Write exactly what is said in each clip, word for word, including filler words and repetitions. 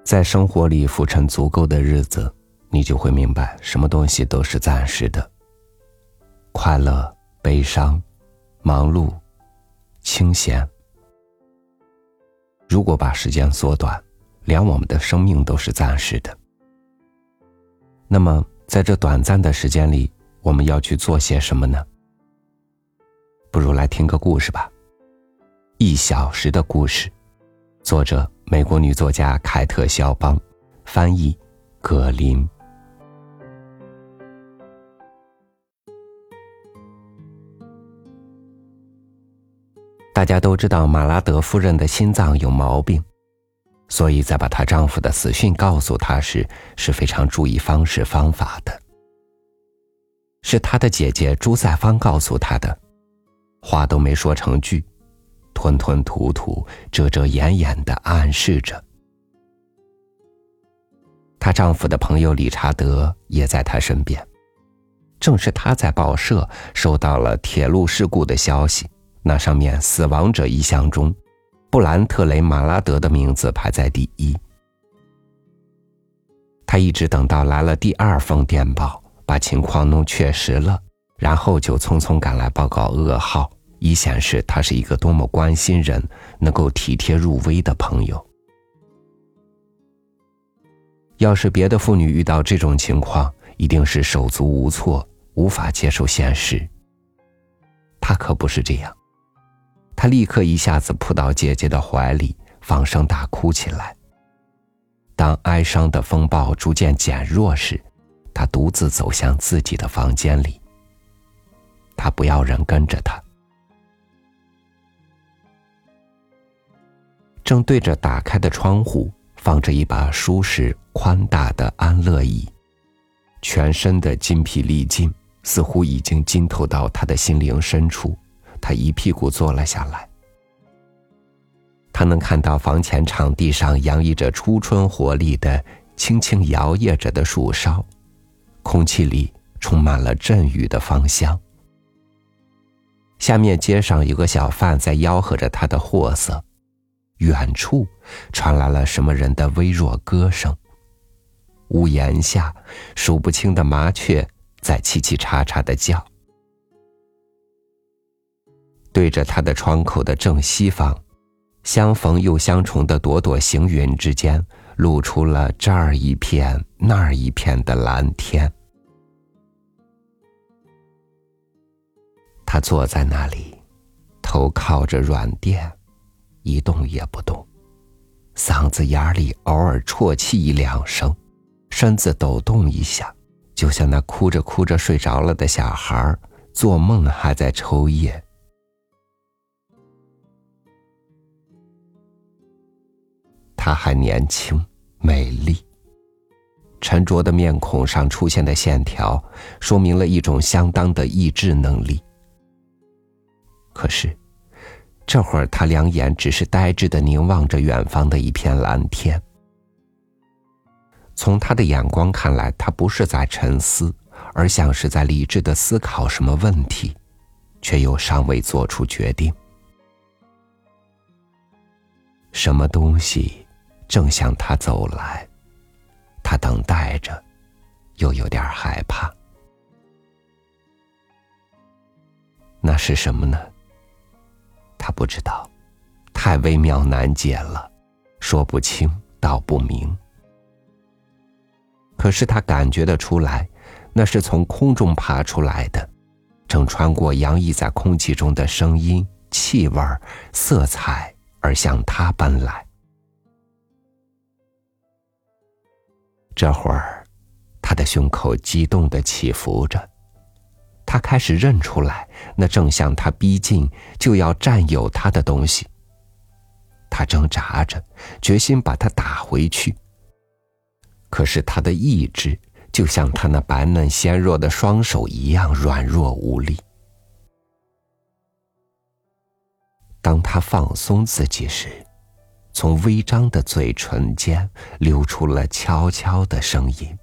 在生活里浮沉足够的日子，你就会明白什么东西都是暂时的。快乐、悲伤、忙碌、清闲，如果把时间缩短，连我们的生命都是暂时的。那么在这短暂的时间里，我们要去做些什么呢？不如来听个故事吧。一小时的故事，作者美国女作家凯特·肖邦，翻译葛林。大家都知道马拉德夫人的心脏有毛病，所以在把她丈夫的死讯告诉她时，是非常注意方式方法的。是她的姐姐朱塞芳告诉她的，话都没说成句，吞吞吐吐、遮遮掩掩地暗示着。她丈夫的朋友理查德也在她身边，正是他在报社收到了铁路事故的消息，那上面死亡者一项中，布兰特雷·马拉德的名字排在第一。他一直等到来了第二封电报，把情况弄确实了，然后就匆匆赶来报告噩耗，以显示他是一个多么关心人、能够体贴入微的朋友。要是别的妇女遇到这种情况，一定是手足无措，无法接受现实。她可不是这样，她立刻一下子扑到姐姐的怀里，放声大哭起来。当哀伤的风暴逐渐减弱时，她独自走向自己的房间里。她不要人跟着她。正对着打开的窗户，放着一把舒适宽大的安乐椅，全身的筋疲力尽，似乎已经浸透到他的心灵深处。他一屁股坐了下来。他能看到房前场地上洋溢着初春活力的轻轻摇曳着的树梢，空气里充满了阵雨的芳香。下面街上有个小贩在吆喝着他的货色，远处传来了什么人的微弱歌声，屋檐下数不清的麻雀在叽叽喳喳地叫。对着他的窗口的正西方，相逢又相重的朵朵行云之间，露出了这儿一片那儿一片的蓝天。他坐在那里，头靠着软垫，一动也不动，嗓子眼里偶尔啜泣一两声，身子抖动一下，就像那哭着哭着睡着了的小孩，做梦还在抽噎。她还年轻美丽，沉着的面孔上出现的线条说明了一种相当的意志能力。可是这会儿她两眼只是呆滞地凝望着远方的一片蓝天。从她的眼光看来，她不是在沉思，而像是在理智地思考什么问题，却又尚未做出决定。什么东西正向他走来，他等待着，又有点害怕。那是什么呢？他不知道，太微妙难解了，说不清道不明。可是他感觉得出来，那是从空中爬出来的，正穿过洋溢在空气中的声音、气味、色彩，而向他奔来。这会儿，他的胸口激动地起伏着，他开始认出来，那正向他逼近，就要占有他的东西。他挣扎着，决心把他打回去。可是他的意志，就像他那白嫩纤弱的双手一样软弱无力。当他放松自己时，从微张的嘴唇间流出了悄悄的声音。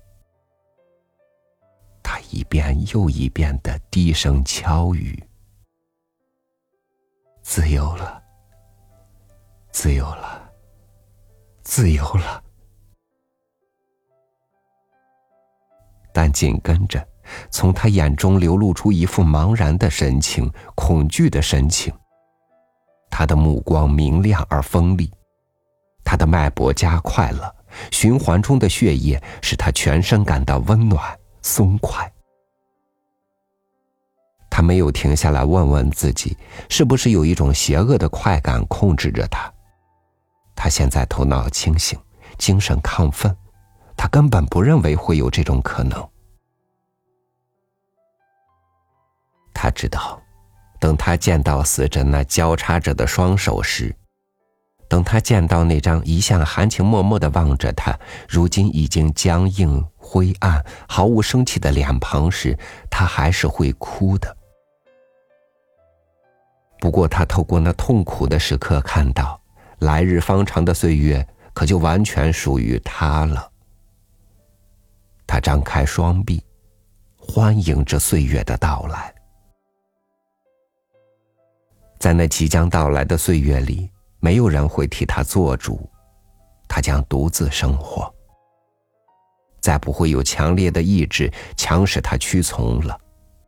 他一遍又一遍地低声敲语：自由了，自由了，自由了。 但紧跟着，从他眼中流露出一副茫然的神情，恐惧的神情。他的目光明亮而锋利，他的脉搏加快了，循环中的血液使他全身感到温暖松快。他没有停下来问问自己，是不是有一种邪恶的快感控制着他。他现在头脑清醒，精神亢奋，他根本不认为会有这种可能。他知道，等他见到死者那交叉着的双手时，等他见到那张一向含情脉脉地望着他，如今已经僵硬灰暗毫无生气的脸庞时，他还是会哭的。不过他透过那痛苦的时刻看到，来日方长的岁月可就完全属于他了。他张开双臂，欢迎着岁月的到来。在那即将到来的岁月里，没有人会替他做主，他将独自生活，再不会有强烈的意志强使他屈从了。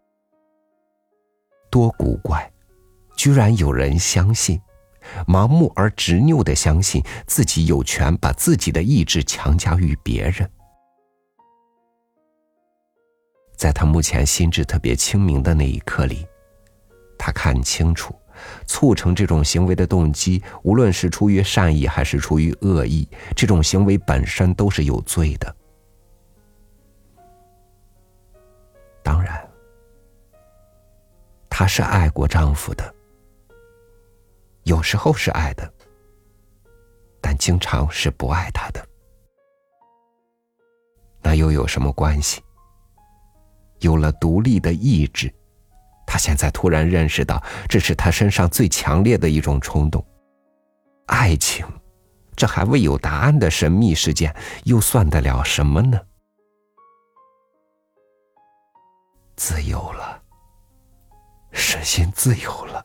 多古怪，居然有人相信，盲目而执拗地相信自己有权把自己的意志强加于别人。在他目前心智特别清明的那一刻里，他看清楚，促成这种行为的动机，无论是出于善意还是出于恶意，这种行为本身都是有罪的。当然，她是爱过丈夫的，有时候是爱的，但经常是不爱他的。那又有什么关系？有了独立的意志，他现在突然认识到，这是他身上最强烈的一种冲动。爱情，这还未有答案的神秘事件，又算得了什么呢？自由了，身心自由了。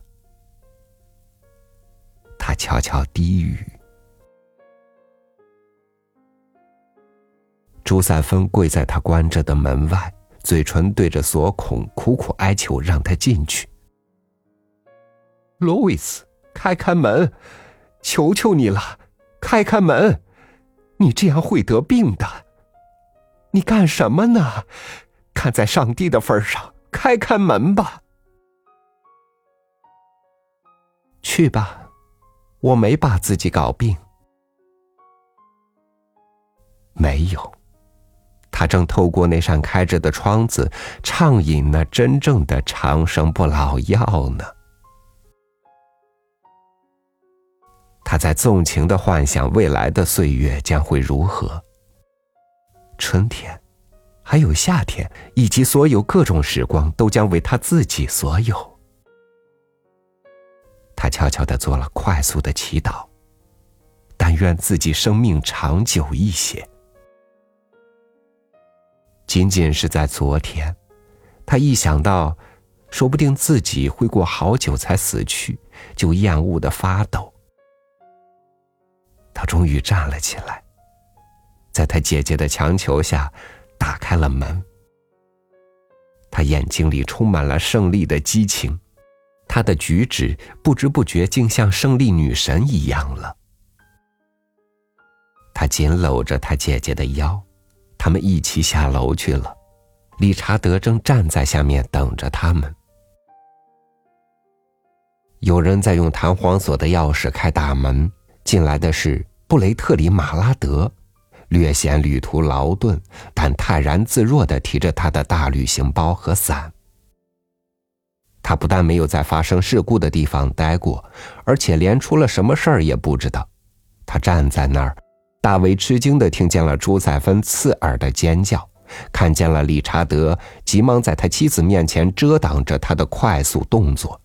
他悄悄低语。朱赛芬跪在他关着的门外，嘴唇对着锁孔，苦苦哀求让他进去。罗维斯，开开门，求求你了，开开门，你这样会得病的。你干什么呢？看在上帝的份上，开开门吧。去吧，我没把自己搞病。没有，他正透过那扇开着的窗子畅饮那真正的长生不老药呢。他在纵情地幻想未来的岁月将会如何，春天，还有夏天，以及所有各种时光都将为他自己所有。他悄悄地做了快速的祈祷，但愿自己生命长久一些。仅仅是在昨天，他一想到说不定自己会过好久才死去，就厌恶地发抖。他终于站了起来，在他姐姐的强求下打开了门。他眼睛里充满了胜利的激情，他的举止不知不觉竟像胜利女神一样了。他紧搂着他姐姐的腰，他们一起下楼去了。理查德正站在下面等着他们。有人在用弹簧锁的钥匙开大门，进来的是布雷特里·马拉德，略显旅途劳顿，但泰然自若地提着他的大旅行包和伞。他不但没有在发生事故的地方待过，而且连出了什么事儿也不知道。他站在那儿，大为吃惊地听见了朱赛芬刺耳的尖叫，看见了理查德急忙在他妻子面前遮挡着他的快速动作。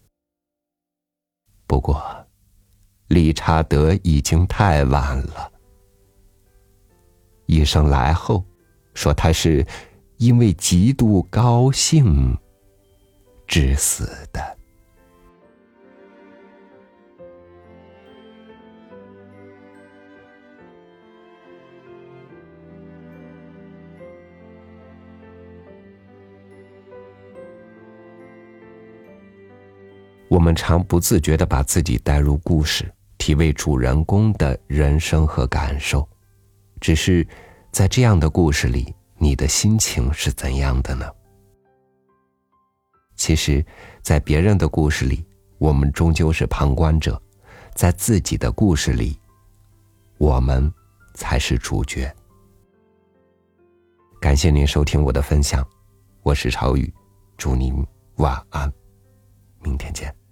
不过理查德已经太晚了。医生来后说他是因为极度高兴致死的。 我们常不自觉地把自己带入故事，体味主人公的人生和感受。只是在这样的故事里，你的心情是怎样的呢？其实，在别人的故事里，我们终究是旁观者；在自己的故事里，我们才是主角。感谢您收听我的分享，我是超宇，祝您晚安，明天见。